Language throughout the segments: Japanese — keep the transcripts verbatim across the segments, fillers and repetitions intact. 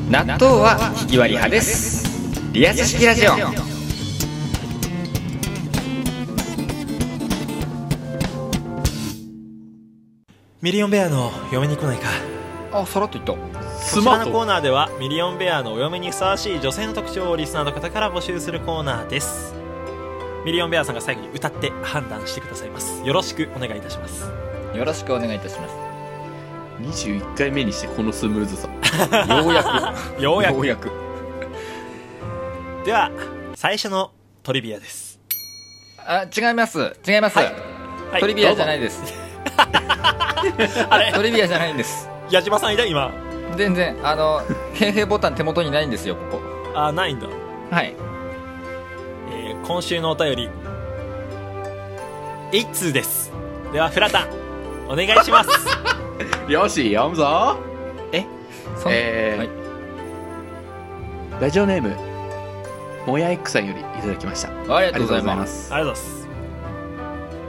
納豆はひき割り派です。リアス式ラジオ。 ミリオンベアの嫁に来ないか。 あ、さらっと言った。 こちらのコーナーではミリオンベアのお嫁にふさわしい女性の特徴をリスナーの方から募集するコーナーです。ミリオンベアさんが最後に歌って判断してくださいます。よろしくお願いいたします。 よろしくお願いいたします。 にじゅういっかいめにしてこのスムーズさ。 ようやくようやくようやく。 では最初のトリビアです。 あ、違います違います、 はいはい、 トリビアじゃないです。 あれトリビアじゃないんです。 矢島さんいた今。 全然あの平平ボタン手元にないんですよ、ここ。 あ、ないんだ。 はい、 えー、今週のお便り一通です。ではフラタンお願いします。 よし、読むぞ。 えそんえーはい、 ラジオネームもや X さんよりいただきました。 ありがとうございます。 ありがとうございます。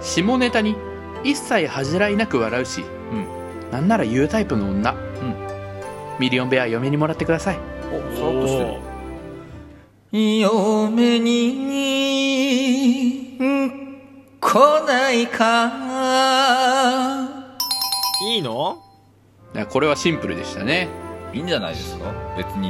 下ネタに一切恥じらいなく笑うし、 うん、 なんなら言うタイプの女、うん、ミリオンベア嫁にもらってください。 お、さらっとしてる。嫁に来ないか。 いいの？ いや、これはシンプルでしたね。 いいんじゃないですか、別に。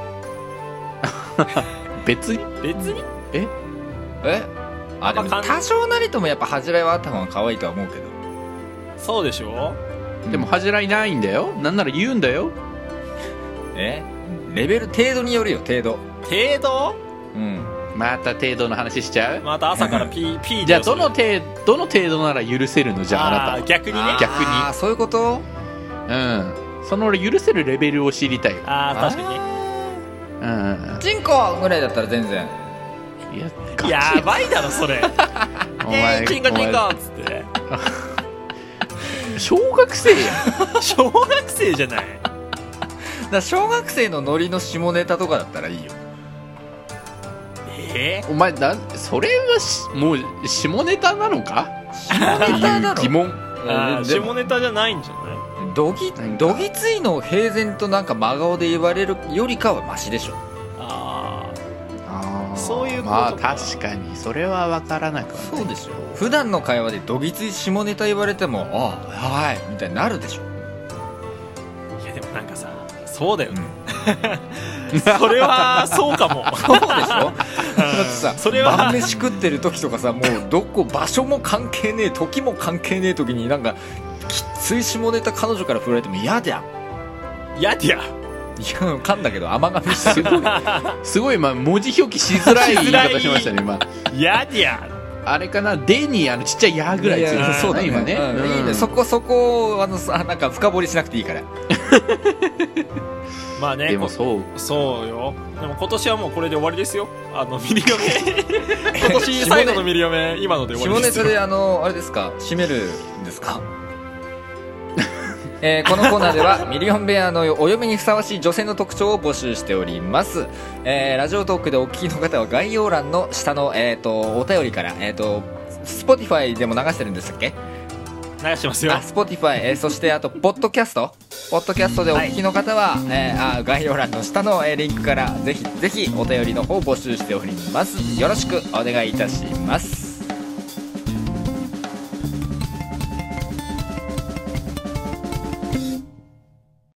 別に別にええあ、でも多少なりともやっぱ恥じらいはあった方が可愛いとは思うけど。 そうでしょ。 でも恥じらいないんだよ。なんなら言うんだよ。 えレベル程度によるよ、程度。 程度？ うん。 また程度の話しちゃう。 また朝から P, P じゃあどの程どの程度なら許せるの？じゃああなたは逆にね。 逆に。 ああ、そういうこと。 うん、その俺許せるレベルを知りたいよ。 ああ、確かにね。 うん、 チンコぐらいだったら全然。 いや、ガチやばいだろそれ。 お前、 えー、チンコチンコっつって小学生やん。 小学生じゃない。 だから小学生のノリの下ネタとかだったらいいよ。 えー、 お前なんそれはしもう下ネタなのか下ネタなの？ 疑問。 あー、下ネタじゃないんじゃない？ どぎどぎついのを平然となんか真顔で言われるよりかはマシでしょ。 ああ、 そういうことか。 まあ確かにそれは分からなくはない。 そうでしょ。普段の会話でどぎつい下ネタ言われても、ああはいみたいになるでしょ。 いやでもなんかさ、そうだよね、うん、それはそうかも。 そうでしょ。だってさ、 それは晩飯食ってる時とかさ、もうどこ場所も関係ねえ、時も関係ねえ時になんかきつい下ネタ彼女から振られても嫌じゃん。 嫌じゃ。 いや、噛んだけど甘噛みしてすごいすごい、まあ文字表記しづらい言い方しましたね今。 嫌じゃ。 あれかな、でにあのちっちゃいやぐらいついてる。 いやそうだね、 今ね、 うん、いいね、 うん、 そこそこあのさ、なんか深掘りしなくていいから。 まあね、 でもそうそうよ。でも今年はもうこれで終わりですよ。あのミリオメ今年最後のミリオメ今ので終わりですよ。 下ネタであのあれですか、締めるんですか。えー、このコーナーではミリオンベアのお嫁にふさわしい女性の特徴を募集しております。えー、ラジオトークでお聞きの方は概要欄の下の、えー、とお便りから、えー、と Spotify でも流してるんでしたっけ？ 流してますよ。 あ、Spotify、えー、そしてあとポッドキャストポッドキャストでお聞きの方は、はい、えー、あ概要欄の下の、えー、リンクからぜひぜひお便りの方を募集しております。よろしくお願いいたします。